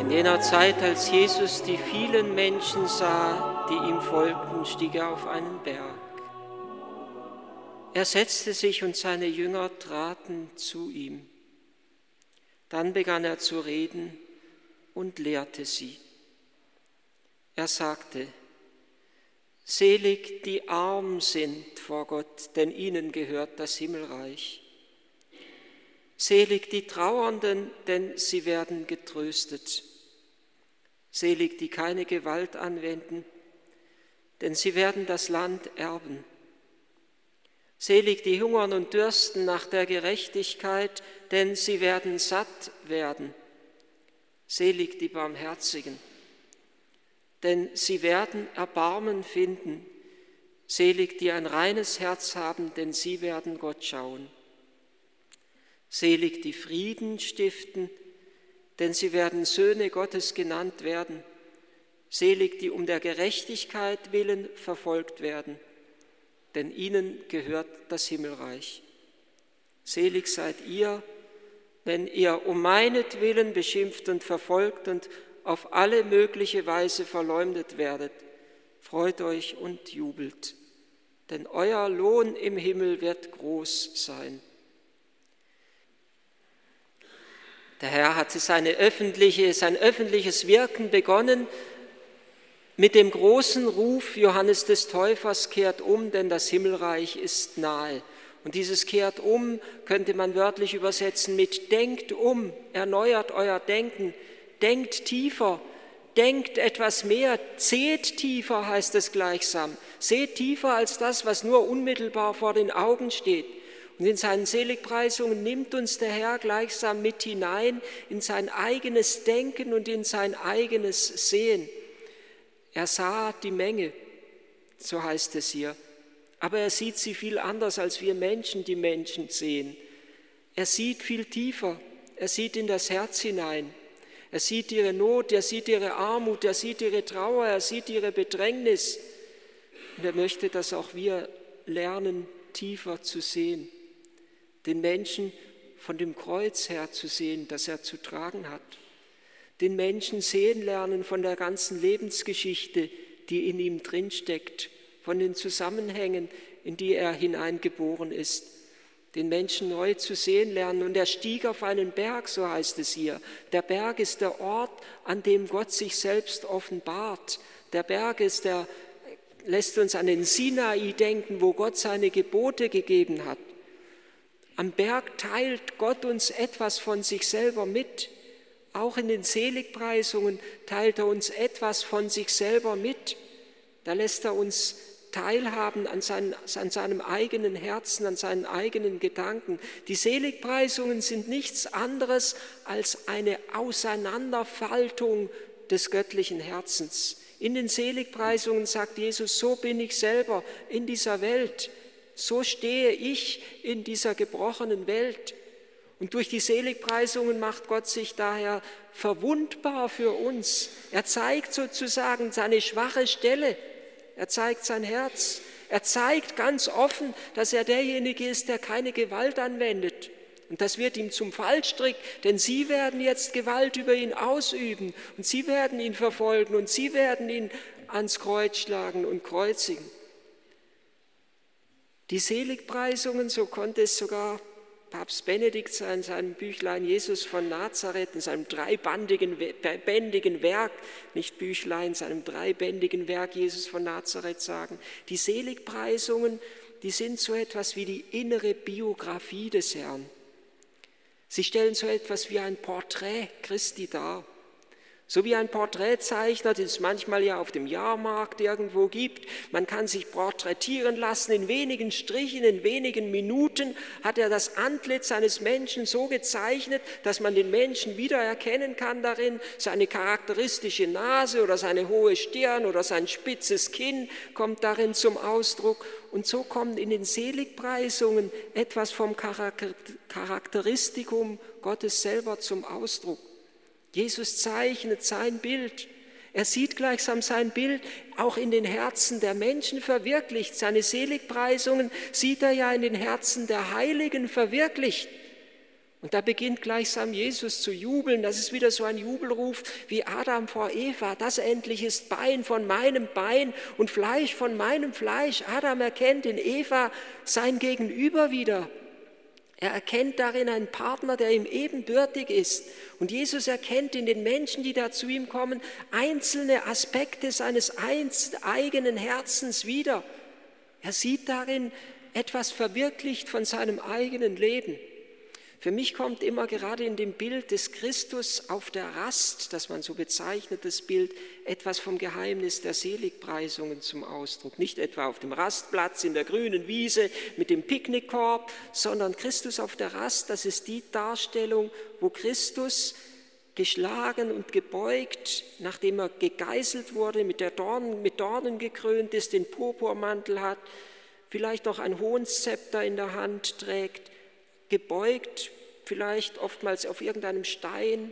In jener Zeit, als Jesus die vielen Menschen sah, die ihm folgten, stieg er auf einen Berg. Er setzte sich und seine Jünger traten zu ihm. Dann begann er zu reden und lehrte sie. Er sagte: Selig die arm sind vor Gott, denn ihnen gehört das Himmelreich. Selig die Trauernden, denn sie werden getröstet. Selig die keine Gewalt anwenden, denn sie werden das Land erben. Selig die hungern und dürsten nach der Gerechtigkeit, denn sie werden satt werden. Selig die Barmherzigen, denn sie werden Erbarmen finden. Selig die ein reines Herz haben, denn sie werden Gott schauen. Selig die Frieden stiften, denn sie werden Söhne Gottes genannt werden. Selig die um der Gerechtigkeit willen verfolgt werden, denn ihnen gehört das Himmelreich. Selig seid ihr, wenn ihr um meinetwillen beschimpft und verfolgt und auf alle mögliche Weise verleumdet werdet. Freut euch und jubelt, denn euer Lohn im Himmel wird groß sein. Der Herr hatte sein öffentliches Wirken begonnen mit dem großen Ruf Johannes des Täufers: Kehrt um, denn das Himmelreich ist nahe. Und dieses Kehrt um könnte man wörtlich übersetzen mit denkt um, erneuert euer Denken, denkt tiefer, denkt etwas mehr, seht tiefer, heißt es gleichsam. Seht tiefer als das, was nur unmittelbar vor den Augen steht. Und in seinen Seligpreisungen nimmt uns der Herr gleichsam mit hinein in sein eigenes Denken und in sein eigenes Sehen. Er sah die Menge, so heißt es hier, aber er sieht sie viel anders, als wir Menschen die Menschen sehen. Er sieht viel tiefer, er sieht in das Herz hinein. Er sieht ihre Not, er sieht ihre Armut, er sieht ihre Trauer, er sieht ihre Bedrängnis. Und er möchte, dass auch wir lernen, tiefer zu sehen. Den Menschen von dem Kreuz her zu sehen, das er zu tragen hat. Den Menschen sehen lernen von der ganzen Lebensgeschichte, die in ihm drinsteckt, von den Zusammenhängen, in die er hineingeboren ist. Den Menschen neu zu sehen lernen. Und er stieg auf einen Berg, so heißt es hier. Der Berg ist der Ort, an dem Gott sich selbst offenbart. Der Berg lässt uns an den Sinai denken, wo Gott seine Gebote gegeben hat. Am Berg teilt Gott uns etwas von sich selber mit. Auch in den Seligpreisungen teilt er uns etwas von sich selber mit. Da lässt er uns teilhaben an seinem eigenen Herzen, an seinen eigenen Gedanken. Die Seligpreisungen sind nichts anderes als eine Auseinanderfaltung des göttlichen Herzens. In den Seligpreisungen sagt Jesus: So bin ich selber in dieser Welt. So stehe ich in dieser gebrochenen Welt. Und durch die Seligpreisungen macht Gott sich daher verwundbar für uns. Er zeigt sozusagen seine schwache Stelle. Er zeigt sein Herz. Er zeigt ganz offen, dass er derjenige ist, der keine Gewalt anwendet. Und das wird ihm zum Fallstrick, denn sie werden jetzt Gewalt über ihn ausüben und sie werden ihn verfolgen und sie werden ihn ans Kreuz schlagen und kreuzigen. Die Seligpreisungen, so konnte es sogar Papst Benedikt in seinem Büchlein Jesus von Nazareth, in seinem dreibändigen Werk, nicht Büchlein, seinem dreibändigen Werk Jesus von Nazareth sagen. Die Seligpreisungen, die sind so etwas wie die innere Biografie des Herrn. Sie stellen so etwas wie ein Porträt Christi dar. So wie ein Porträtzeichner, den es manchmal ja auf dem Jahrmarkt irgendwo gibt. Man kann sich porträtieren lassen in wenigen Strichen, in wenigen Minuten hat er das Antlitz eines Menschen so gezeichnet, dass man den Menschen wiedererkennen kann darin. Seine charakteristische Nase oder seine hohe Stirn oder sein spitzes Kinn kommt darin zum Ausdruck. Und so kommt in den Seligpreisungen etwas vom Charakteristikum Gottes selber zum Ausdruck. Jesus zeichnet sein Bild. Er sieht gleichsam sein Bild auch in den Herzen der Menschen verwirklicht. Seine Seligpreisungen sieht er ja in den Herzen der Heiligen verwirklicht. Und da beginnt gleichsam Jesus zu jubeln. Das ist wieder so ein Jubelruf wie Adam vor Eva. Das endlich ist Bein von meinem Bein und Fleisch von meinem Fleisch. Adam erkennt in Eva sein Gegenüber wieder. Er erkennt darin einen Partner, der ihm ebenbürtig ist. Und Jesus erkennt in den Menschen, die da zu ihm kommen, einzelne Aspekte seines eigenen Herzens wieder. Er sieht darin etwas verwirklicht von seinem eigenen Leben. Für mich kommt immer gerade in dem Bild des Christus auf der Rast, das man so bezeichnet, das Bild, etwas vom Geheimnis der Seligpreisungen zum Ausdruck. Nicht etwa auf dem Rastplatz in der grünen Wiese mit dem Picknickkorb, sondern Christus auf der Rast, das ist die Darstellung, wo Christus geschlagen und gebeugt, nachdem er gegeißelt wurde, mit Dornen gekrönt ist, den Purpurmantel hat, vielleicht noch ein Hohenszepter in der Hand trägt, gebeugt, vielleicht oftmals auf irgendeinem Stein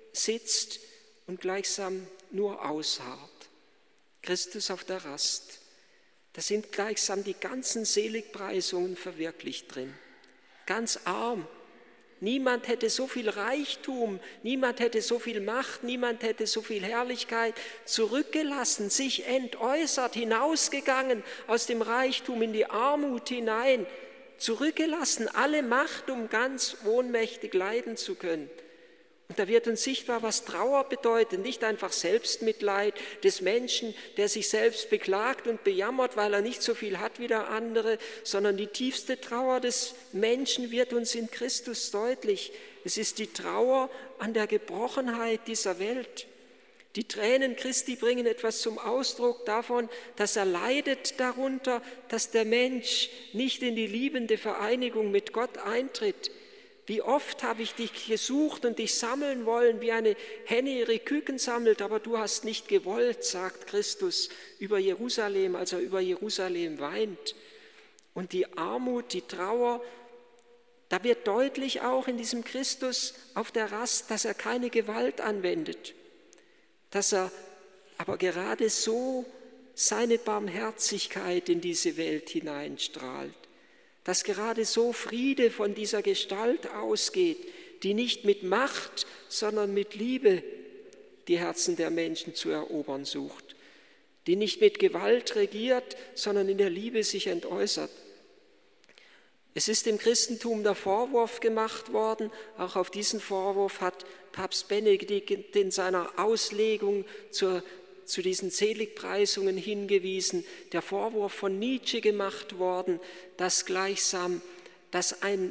sitzt und gleichsam nur ausharrt. Christus auf der Rast. Da sind gleichsam die ganzen Seligpreisungen verwirklicht drin. Ganz arm. Niemand hätte so viel Reichtum, niemand hätte so viel Macht, niemand hätte so viel Herrlichkeit zurückgelassen, sich entäußert, hinausgegangen aus dem Reichtum in die Armut hinein, zurückgelassen, alle Macht, um ganz ohnmächtig leiden zu können. Und da wird uns sichtbar, was Trauer bedeutet, nicht einfach Selbstmitleid des Menschen, der sich selbst beklagt und bejammert, weil er nicht so viel hat wie der andere, sondern die tiefste Trauer des Menschen wird uns in Christus deutlich. Es ist die Trauer an der Gebrochenheit dieser Welt. Die Tränen Christi bringen etwas zum Ausdruck davon, dass er leidet darunter, dass der Mensch nicht in die liebende Vereinigung mit Gott eintritt. Wie oft habe ich dich gesucht und dich sammeln wollen, wie eine Henne ihre Küken sammelt, aber du hast nicht gewollt, sagt Christus über Jerusalem, als er über Jerusalem weint. Und die Armut, die Trauer, da wird deutlich auch in diesem Christus auf der Rast, dass er keine Gewalt anwendet, dass er aber gerade so seine Barmherzigkeit in diese Welt hineinstrahlt, dass gerade so Friede von dieser Gestalt ausgeht, die nicht mit Macht, sondern mit Liebe die Herzen der Menschen zu erobern sucht, die nicht mit Gewalt regiert, sondern in der Liebe sich entäußert. Es ist im Christentum der Vorwurf gemacht worden, auch auf diesen Vorwurf hat Papst Benedikt in seiner Auslegung zu diesen Seligpreisungen hingewiesen, der Vorwurf von Nietzsche gemacht worden, dass gleichsam ein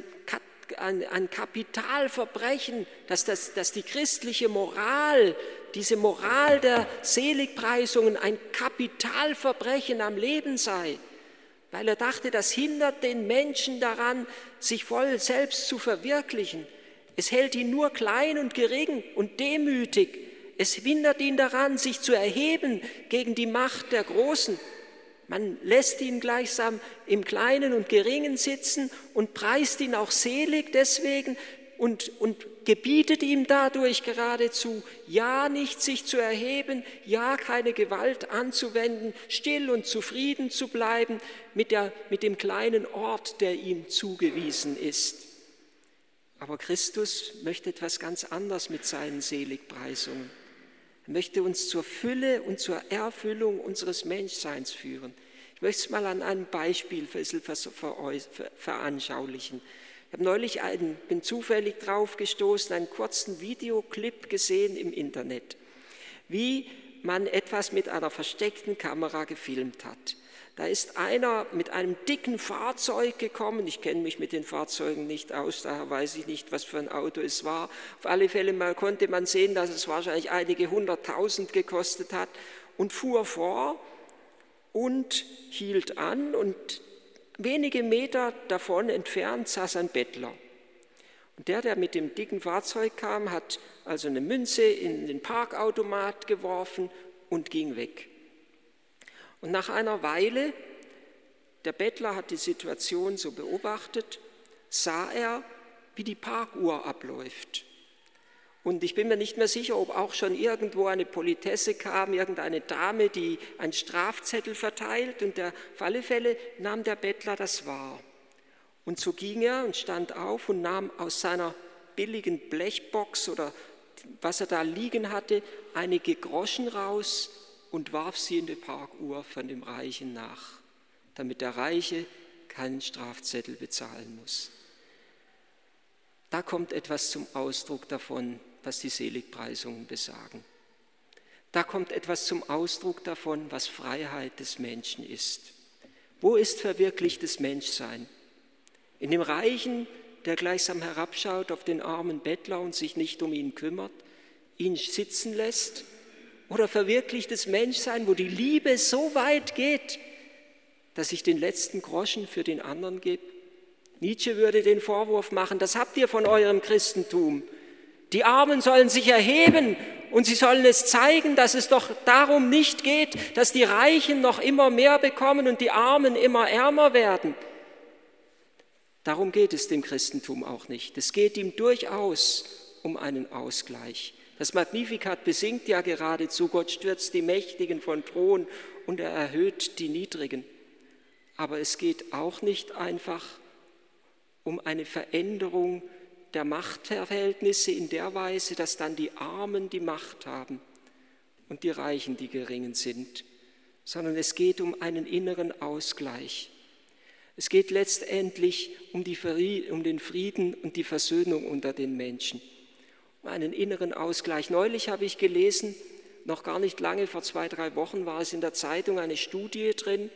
Kapitalverbrechen, dass die christliche Moral, diese Moral der Seligpreisungen ein Kapitalverbrechen am Leben sei, weil er dachte, das hindert den Menschen daran, sich voll selbst zu verwirklichen. Es hält ihn nur klein und gering und demütig. Es hindert ihn daran, sich zu erheben gegen die Macht der Großen. Man lässt ihn gleichsam im Kleinen und Geringen sitzen und preist ihn auch selig deswegen und gebietet ihm dadurch geradezu, ja nicht sich zu erheben, ja keine Gewalt anzuwenden, still und zufrieden zu bleiben mit dem kleinen Ort, der ihm zugewiesen ist. Aber Christus möchte etwas ganz anderes mit seinen Seligpreisungen. Er möchte uns zur Fülle und zur Erfüllung unseres Menschseins führen. Ich möchte es mal an einem Beispiel veranschaulichen. Ich habe bin zufällig drauf gestoßen, einen kurzen Videoclip gesehen im Internet, wie man etwas mit einer versteckten Kamera gefilmt hat. Da ist einer mit einem dicken Fahrzeug gekommen. Ich kenne mich mit den Fahrzeugen nicht aus, daher weiß ich nicht, was für ein Auto es war. Auf alle Fälle konnte man sehen, dass es wahrscheinlich einige 100.000 gekostet hat und fuhr vor und hielt an und wenige Meter davon entfernt saß ein Bettler. Und der mit dem dicken Fahrzeug kam, hat also eine Münze in den Parkautomat geworfen und ging weg. Und nach einer Weile, der Bettler hat die Situation so beobachtet, sah er, wie die Parkuhr abläuft. Und ich bin mir nicht mehr sicher, ob auch schon irgendwo eine Politesse kam, irgendeine Dame, die einen Strafzettel verteilt. Und auf alle Fälle nahm der Bettler das wahr. Und so ging er und stand auf und nahm aus seiner billigen Blechbox oder was er da liegen hatte, einige Groschen raus und warf sie in die Parkuhr von dem Reichen nach, damit der Reiche keinen Strafzettel bezahlen muss. Da kommt etwas zum Ausdruck davon, was die Seligpreisungen besagen. Da kommt etwas zum Ausdruck davon, was Freiheit des Menschen ist. Wo ist verwirklichtes Menschsein? In dem Reichen, der gleichsam herabschaut auf den armen Bettler und sich nicht um ihn kümmert, ihn sitzen lässt? Oder verwirklichtes Menschsein, wo die Liebe so weit geht, dass ich den letzten Groschen für den anderen gebe? Nietzsche würde den Vorwurf machen, das habt ihr von eurem Christentum. Die Armen sollen sich erheben und sie sollen es zeigen, dass es doch darum nicht geht, dass die Reichen noch immer mehr bekommen und die Armen immer ärmer werden. Darum geht es dem Christentum auch nicht. Es geht ihm durchaus um einen Ausgleich. Das Magnificat besingt ja geradezu, Gott stürzt die Mächtigen von Thron und er erhöht die Niedrigen. Aber es geht auch nicht einfach um eine Veränderung der Machtverhältnisse in der Weise, dass dann die Armen die Macht haben und die Reichen die Geringen sind, sondern es geht um einen inneren Ausgleich. Es geht letztendlich um den Frieden und die Versöhnung unter den Menschen, um einen inneren Ausgleich. Neulich habe ich gelesen, noch gar nicht lange, vor 2-3 Wochen war es in der Zeitung eine Studie drin,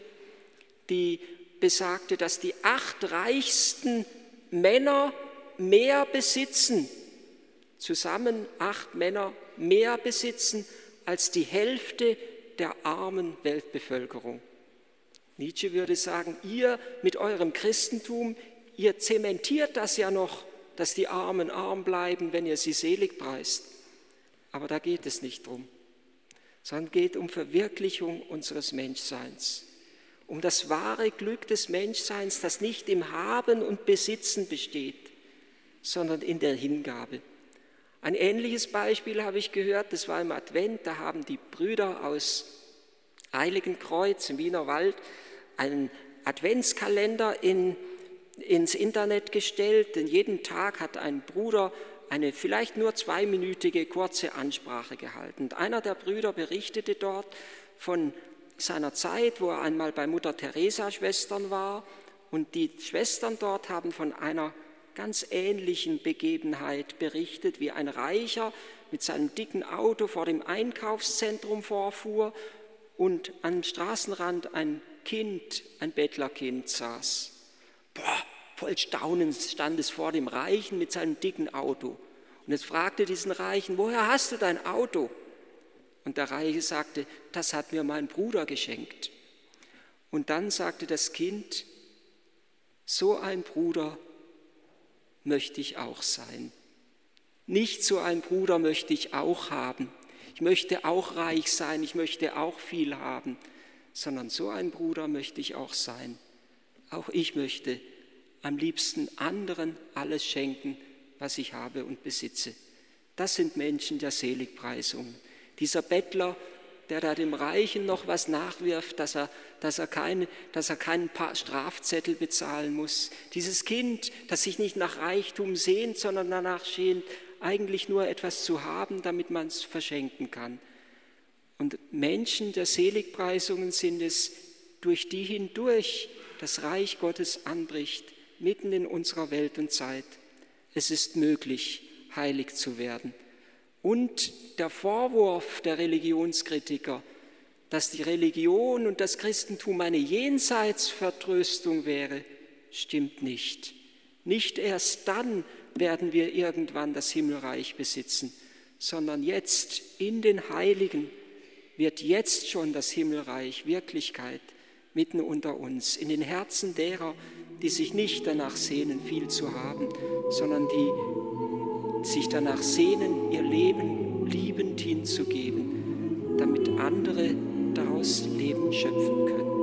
die besagte, dass die 8 reichsten Männer mehr besitzen, zusammen 8 Männer mehr besitzen als die Hälfte der armen Weltbevölkerung. Nietzsche würde sagen, ihr mit eurem Christentum, ihr zementiert das ja noch, dass die Armen arm bleiben, wenn ihr sie selig preist. Aber da geht es nicht drum, sondern es geht um Verwirklichung unseres Menschseins, um das wahre Glück des Menschseins, das nicht im Haben und Besitzen besteht, sondern in der Hingabe. Ein ähnliches Beispiel habe ich gehört, das war im Advent, da haben die Brüder aus Heiligenkreuz im Wiener Wald einen Adventskalender ins Internet gestellt, denn jeden Tag hat ein Bruder eine vielleicht nur 2-minütige kurze Ansprache gehalten. Und einer der Brüder berichtete dort von seiner Zeit, wo er einmal bei Mutter Teresa Schwestern war, und die Schwestern dort haben von einer ganz ähnlichen Begebenheit berichtet, wie ein Reicher mit seinem dicken Auto vor dem Einkaufszentrum vorfuhr und am Straßenrand ein Kind, ein Bettlerkind saß. Voll Staunen stand es vor dem Reichen mit seinem dicken Auto. Und es fragte diesen Reichen, woher hast du dein Auto? Und der Reiche sagte, das hat mir mein Bruder geschenkt. Und dann sagte das Kind, so ein Bruder möchte ich auch sein. Nicht so ein Bruder möchte ich auch haben. Ich möchte auch reich sein, ich möchte auch viel haben, sondern so ein Bruder möchte ich auch sein. Auch ich möchte am liebsten anderen alles schenken, was ich habe und besitze. Das sind Menschen der Seligpreisung. Dieser Bettler, der da dem Reichen noch was nachwirft, dass er keinen Strafzettel bezahlen muss. Dieses Kind, das sich nicht nach Reichtum sehnt, sondern danach sehnt, eigentlich nur etwas zu haben, damit man es verschenken kann. Und Menschen der Seligpreisungen sind es, durch die hindurch das Reich Gottes anbricht, mitten in unserer Welt und Zeit. Es ist möglich, heilig zu werden. Und der Vorwurf der Religionskritiker, dass die Religion und das Christentum eine Jenseitsvertröstung wäre, stimmt nicht. Nicht erst dann werden wir irgendwann das Himmelreich besitzen, sondern jetzt in den Heiligen wird jetzt schon das Himmelreich Wirklichkeit mitten unter uns, in den Herzen derer, die sich nicht danach sehnen, viel zu haben, sondern die sich danach sehnen, ihr Leben liebend hinzugeben, damit andere daraus Leben schöpfen können.